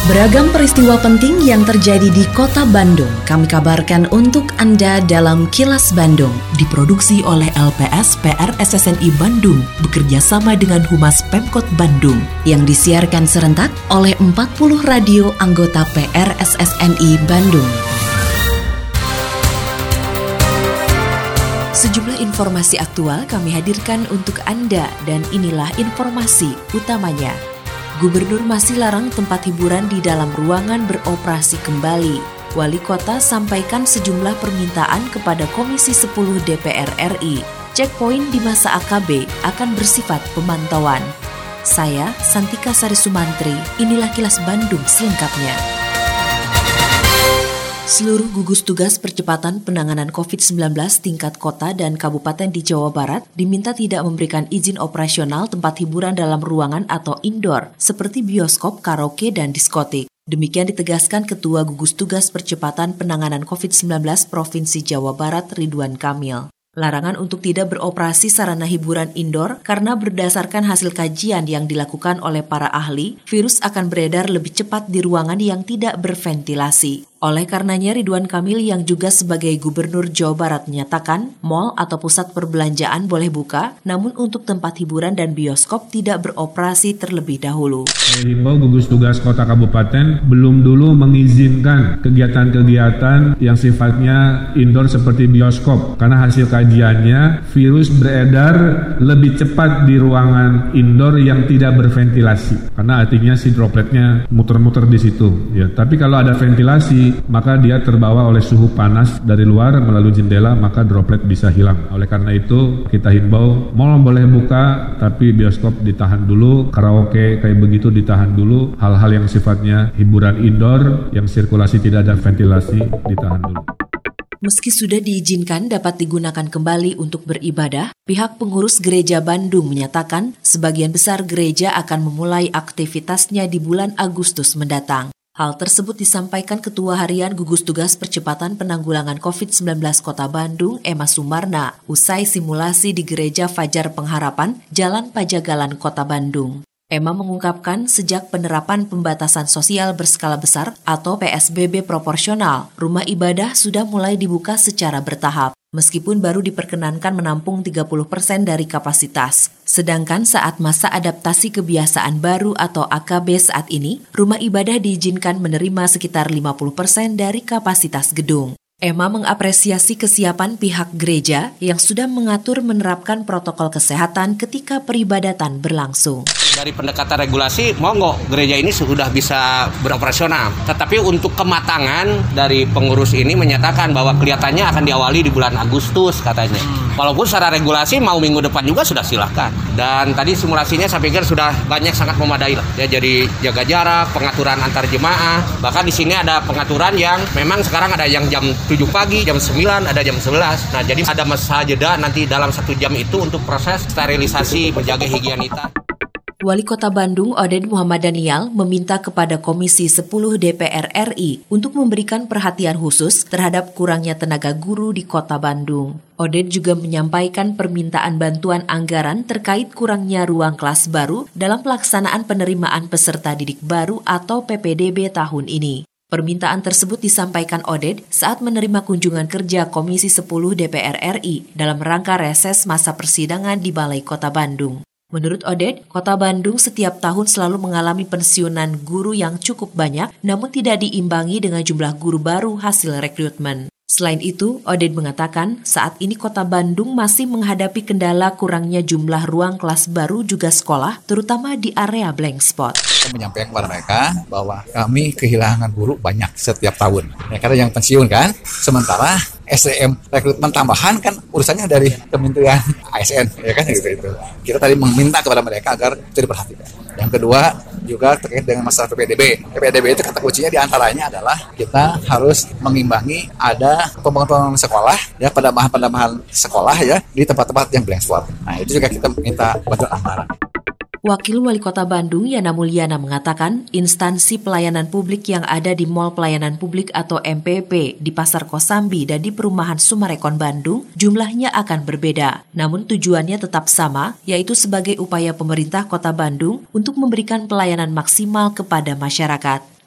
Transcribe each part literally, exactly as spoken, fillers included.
Beragam peristiwa penting yang terjadi di Kota Bandung kami kabarkan untuk Anda dalam Kilas Bandung. Diproduksi oleh L P S P R S S N I Bandung bekerja sama dengan Humas Pemkot Bandung yang disiarkan serentak oleh empat puluh radio anggota P R S S N I Bandung. Sejumlah informasi aktual kami hadirkan untuk Anda dan inilah informasi utamanya. Gubernur masih larang tempat hiburan di dalam ruangan beroperasi kembali. Wali Kota sampaikan sejumlah permintaan kepada Komisi sepuluh D P R R I. Checkpoint di masa A K B akan bersifat pemantauan. Saya, Santika Sari Sumantri, inilah Kilas Bandung selengkapnya. Seluruh gugus tugas percepatan penanganan covid sembilan belas tingkat kota dan kabupaten di Jawa Barat diminta tidak memberikan izin operasional tempat hiburan dalam ruangan atau indoor seperti bioskop, karaoke, dan diskotik. Demikian ditegaskan Ketua Gugus Tugas Percepatan Penanganan covid sembilan belas Provinsi Jawa Barat Ridwan Kamil. Larangan untuk tidak beroperasi sarana hiburan indoor karena berdasarkan hasil kajian yang dilakukan oleh para ahli, virus akan beredar lebih cepat di ruangan yang tidak berventilasi. Oleh karenanya Ridwan Kamil yang juga sebagai Gubernur Jawa Barat menyatakan mal atau pusat perbelanjaan boleh buka, namun untuk tempat hiburan dan bioskop tidak beroperasi terlebih dahulu. Himbau gugus tugas kota kabupaten belum dulu mengizinkan kegiatan-kegiatan yang sifatnya indoor seperti bioskop karena hasil kajiannya virus beredar lebih cepat di ruangan indoor yang tidak berventilasi karena artinya si dropletnya muter-muter di situ ya. Tapi kalau ada ventilasi maka dia terbawa oleh suhu panas dari luar melalui jendela, maka droplet bisa hilang. Oleh karena itu kita himbau mal boleh buka tapi bioskop ditahan dulu, karaoke kayak begitu ditahan dulu, hal-hal yang sifatnya hiburan indoor yang sirkulasi tidak ada ventilasi ditahan dulu. Meski sudah diizinkan dapat digunakan kembali untuk beribadah, pihak pengurus Gereja Bandung menyatakan sebagian besar gereja akan memulai aktivitasnya di bulan Agustus mendatang. Hal tersebut disampaikan Ketua Harian Gugus Tugas Percepatan Penanggulangan covid sembilan belas Kota Bandung, Emma Sumarna, usai simulasi di Gereja Fajar Pengharapan, Jalan Pajagalan, Kota Bandung. Emma mengungkapkan sejak penerapan pembatasan sosial berskala besar atau P S B B proporsional, rumah ibadah sudah mulai dibuka secara bertahap. Meskipun baru diperkenankan menampung tiga puluh persen dari kapasitas. Sedangkan saat masa adaptasi kebiasaan baru atau A K B saat ini, rumah ibadah diizinkan menerima sekitar lima puluh persen dari kapasitas gedung. Emma mengapresiasi kesiapan pihak gereja yang sudah mengatur menerapkan protokol kesehatan ketika peribadatan berlangsung. Dari pendekatan regulasi, monggo gereja ini sudah bisa beroperasional. Tetapi untuk kematangan dari pengurus ini menyatakan bahwa kelihatannya akan diawali di bulan Agustus katanya. Hmm. Walaupun secara regulasi mau minggu depan juga sudah silahkan. Dan tadi simulasinya saya pikir sudah banyak sangat memadai lah. Ya, jadi jaga jarak, pengaturan antar jemaah. Bahkan di sini ada pengaturan yang memang sekarang ada yang jam tujuh pagi, jam sembilan, ada jam sebelas. Nah, jadi ada masa jeda nanti dalam satu jam itu untuk proses sterilisasi, menjaga higienitas. Wali Kota Bandung Oded Muhammad Daniel meminta kepada Komisi sepuluh D P R R I untuk memberikan perhatian khusus terhadap kurangnya tenaga guru di Kota Bandung. Oded juga menyampaikan permintaan bantuan anggaran terkait kurangnya ruang kelas baru dalam pelaksanaan penerimaan peserta didik baru atau P P D B tahun ini. Permintaan tersebut disampaikan Oded saat menerima kunjungan kerja Komisi sepuluh D P R R I dalam rangka reses masa persidangan di Balai Kota Bandung. Menurut Oded, Kota Bandung setiap tahun selalu mengalami pensiunan guru yang cukup banyak, namun tidak diimbangi dengan jumlah guru baru hasil rekrutmen. Selain itu, Oded mengatakan saat ini Kota Bandung masih menghadapi kendala kurangnya jumlah ruang kelas baru juga sekolah, terutama di area blank spot. Saya menyampaikan kepada mereka bahwa kami kehilangan guru banyak setiap tahun. Ya, karena yang pensiun kan, sementara S D M rekrutmen tambahan kan urusannya dari Kementerian A S N, ya kan gitu itu. Kita tadi meminta kepada mereka agar itu diperhatikan. Yang kedua juga terkait dengan masalah P P D B. P P D B itu kata kuncinya diantaranya adalah kita harus mengimbangi ada pembangunan sekolah ya pada bahan-bahan sekolah ya di tempat-tempat yang blank spot. Nah itu juga kita minta bantuan anggaran. Wakil Wali Kota Bandung Yana Mulyana mengatakan instansi pelayanan publik yang ada di Mall Pelayanan Publik atau M P P di Pasar Kosambi dan di Perumahan Sumarekon Bandung jumlahnya akan berbeda. Namun tujuannya tetap sama, yaitu sebagai upaya pemerintah Kota Bandung untuk memberikan pelayanan maksimal kepada masyarakat.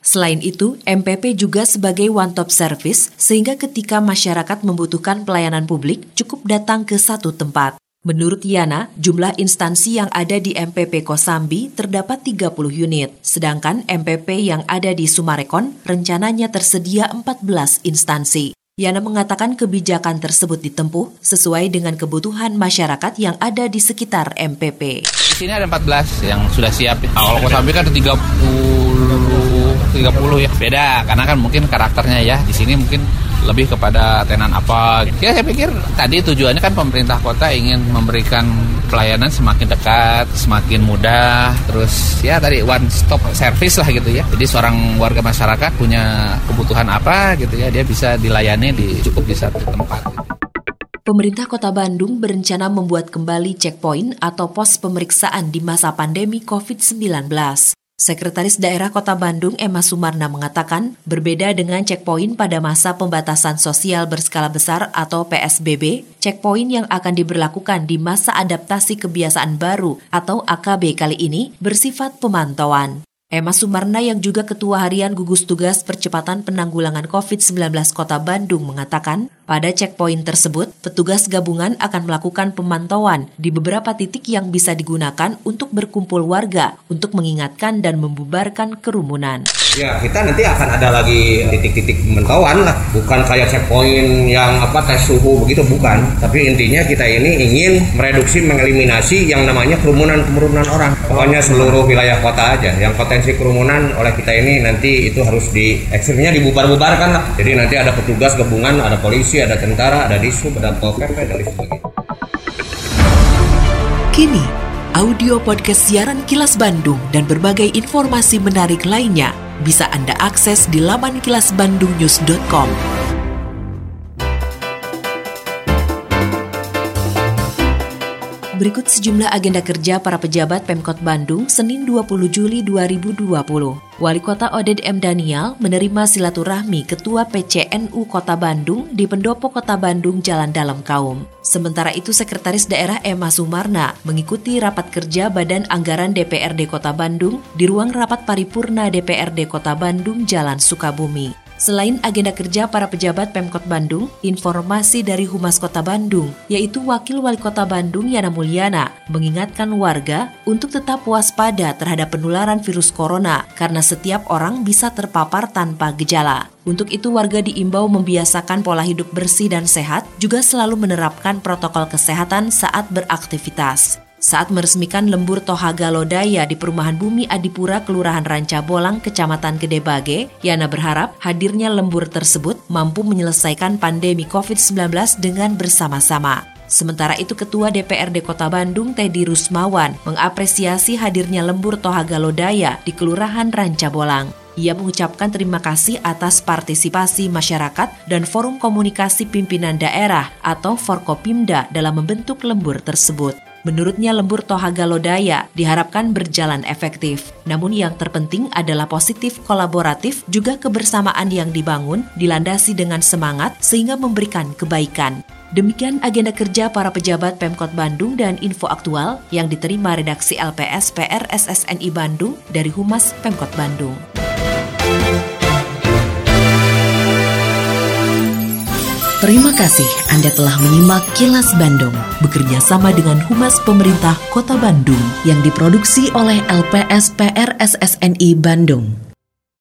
Selain itu, M P P juga sebagai one-stop service sehingga ketika masyarakat membutuhkan pelayanan publik cukup datang ke satu tempat. Menurut Yana, jumlah instansi yang ada di M P P Kosambi terdapat tiga puluh unit, sedangkan M P P yang ada di Sumarekon rencananya tersedia empat belas instansi. Yana mengatakan kebijakan tersebut ditempuh sesuai dengan kebutuhan masyarakat yang ada di sekitar M P P. Di sini ada empat belas yang sudah siap. Kalau Kosambi kan ada tiga puluh, tiga puluh ya. Beda, karena kan mungkin karakternya ya. Di sini mungkin lebih kepada tenan apa. Ya saya pikir tadi tujuannya kan pemerintah kota ingin memberikan pelayanan semakin dekat, semakin mudah, terus ya tadi one stop service lah gitu ya. Jadi seorang warga masyarakat punya kebutuhan apa gitu ya, dia bisa dilayani di cukup di satu tempat. Pemerintah Kota Bandung berencana membuat kembali checkpoint atau pos pemeriksaan di masa pandemi covid sembilan belas. Sekretaris Daerah Kota Bandung Emma Sumarna mengatakan, berbeda dengan checkpoint pada masa pembatasan sosial berskala besar atau P S B B, checkpoint yang akan diberlakukan di masa adaptasi kebiasaan baru atau A K B kali ini bersifat pemantauan. Emma Sumarna yang juga Ketua Harian Gugus Tugas Percepatan Penanggulangan covid sembilan belas Kota Bandung mengatakan, pada checkpoint tersebut, petugas gabungan akan melakukan pemantauan di beberapa titik yang bisa digunakan untuk berkumpul warga untuk mengingatkan dan membubarkan kerumunan. Ya, kita nanti akan ada lagi titik-titik pemantauan lah, bukan kayak checkpoint yang apa tes suhu begitu, bukan. Tapi intinya kita ini ingin mereduksi, mengeliminasi yang namanya kerumunan-kerumunan orang. Pokoknya seluruh wilayah kota aja, yang potensi kerumunan oleh kita ini nanti itu harus di ekstrimnya dibubar-bubarkan lah. Jadi nanti ada petugas gabungan, ada polisi, ada tentara, ada disub, ada P P, dan lain sebagainya. Kini, audio podcast siaran Kilas Bandung dan berbagai informasi menarik lainnya bisa Anda akses di laman kilas bandung news dot com. Berikut sejumlah agenda kerja para pejabat Pemkot Bandung Senin dua puluh Juli dua ribu dua puluh. Wali Kota Oded M. Daniel menerima silaturahmi Ketua P C N U Kota Bandung di Pendopo Kota Bandung Jalan Dalam Kaum. Sementara itu Sekretaris Daerah Emma Sumarna mengikuti rapat kerja Badan Anggaran D P R D Kota Bandung di ruang rapat paripurna D P R D Kota Bandung Jalan Sukabumi. Selain agenda kerja para pejabat Pemkot Bandung, informasi dari Humas Kota Bandung, yaitu Wakil Wali Kota Bandung Yana Mulyana, mengingatkan warga untuk tetap waspada terhadap penularan virus corona karena setiap orang bisa terpapar tanpa gejala. Untuk itu warga diimbau membiasakan pola hidup bersih dan sehat, juga selalu menerapkan protokol kesehatan saat beraktivitas. Saat meresmikan lembur Tohaga Lodaya di Perumahan Bumi Adipura, Kelurahan Ranca Bolang, Kecamatan Gedebage, Yana berharap hadirnya lembur tersebut mampu menyelesaikan pandemi covid sembilan belas dengan bersama-sama. Sementara itu Ketua D P R D Kota Bandung Teddy Rusmawan mengapresiasi hadirnya lembur Tohaga Lodaya di Kelurahan Ranca Bolang. Ia mengucapkan terima kasih atas partisipasi masyarakat dan Forum Komunikasi Pimpinan Daerah atau Forkopimda dalam membentuk lembur tersebut. Menurutnya lembur Tohaga Lodaya diharapkan berjalan efektif. Namun yang terpenting adalah positif kolaboratif juga kebersamaan yang dibangun dilandasi dengan semangat sehingga memberikan kebaikan. Demikian agenda kerja para pejabat Pemkot Bandung dan info aktual yang diterima redaksi L P S P R S S N I Bandung dari Humas Pemkot Bandung. Terima kasih Anda telah menyimak Kilas Bandung bekerja sama dengan Humas Pemerintah Kota Bandung yang diproduksi oleh L P S P R S S N I Bandung.